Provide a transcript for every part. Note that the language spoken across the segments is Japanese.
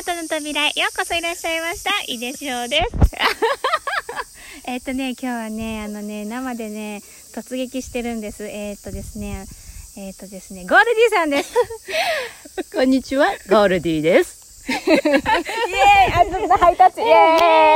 ートの扉へようこそいらっしゃいました。井出潮です。今日はね、生でね、突撃してるんです。ですね、ゴールディさんです。 こんにちは、ゴールディです。 イエーイ、あずのハイタッチ、イエ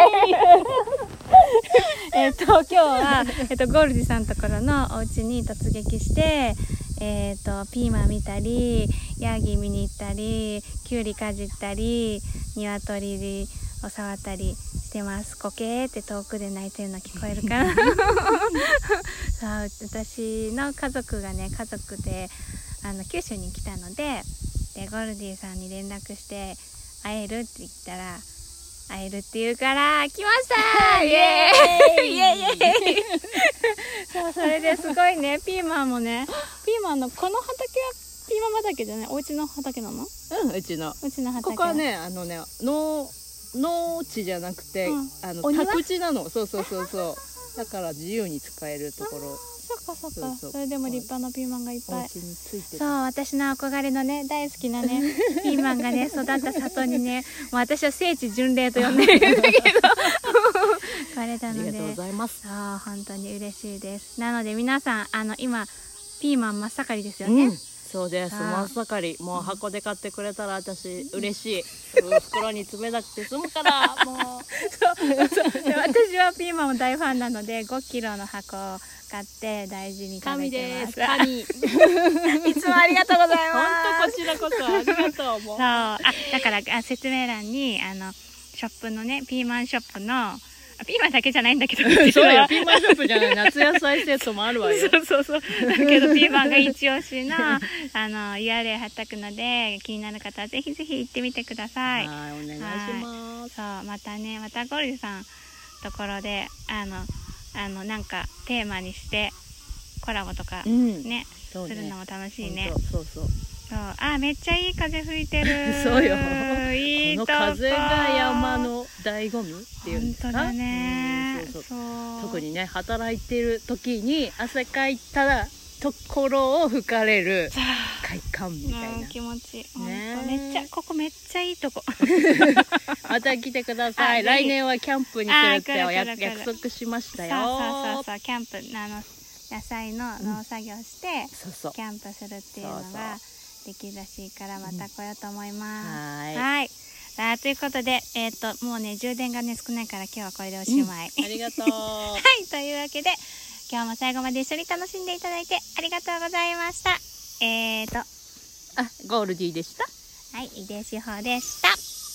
ーイ。今日は、ゴールディさんのところのお家に突撃して、ピーマン見たり、ヤギ見に行ったり、キュウリかじったり、鶏を触ったりしてます。コケーって遠くで鳴いてるの聞こえるかな。そう、私の家族がね、家族で九州に来たので、ゴールディさんに連絡して会えるって言ったら、会えるって言うから来ましたイエーイイエーイイエーイ。そう、それですごいね、ピーマンもね、ピーマンのこの畑はピーマン畑じゃない、お家の畑なの？ うん、うちの畑。 ここはね、農地じゃなくて、宅地なの。そうだから自由に使えるところ。 そっか。それでも立派なピーマンがいっぱい。 お家についてそう、私の憧れのね、大好きなね、ピーマンがね、育った里にね、もう私は聖地巡礼と呼んでるんだけど、これなので、 ありがとうございます。 そう、本当に嬉しいです。なので皆さん、今、ピーマン真っ盛りですよね。 そうです。真っ盛り。もう箱で買ってくれたら私嬉しい。袋に詰めなくて済むからもう。 そう私はピーマンも大ファンなので5キロの箱を買って大事に食べてます。 神。 いつもありがとうございます。 本当こちらこそありがとう。もう。 そう、だから説明欄にショップのね、ピーマンショップのピーマンだけじゃないんだけど、 そうよ、ピーマンショップじゃない、夏野菜セットもあるわよ。 そうだけどピーマンが一押しのURL 貼っとくので、気になる方はぜひぜひ行ってみてください。 はい、お願いします。 そう、またゴールディさんところでなんかテーマにしてコラボとかね、するのも楽しいね。 そうあ、めっちゃいい風吹いてる。 そうよ。 いいとこ。 この風が山の醍醐味っていうんですか。 本当だね。 そう特にね、働いてる時に汗かいたところを吹かれる快感みたいな。 気持ちいい。 ね、 ここめっちゃいいとこ。 また来てください。来年はキャンプに来るって約束しましたよ。 そう、キャンプ野菜の農作業してキャンプするっていうのができるらしいから、また来ようと思います。はい。ということで、もうね、充電がね、少ないから今日はこれでおしまい。 ありがとう。 はい、というわけで、今日も最後まで一緒に楽しんでいただいてありがとうございました。 ゴールディでした。 はい、井出志保でした。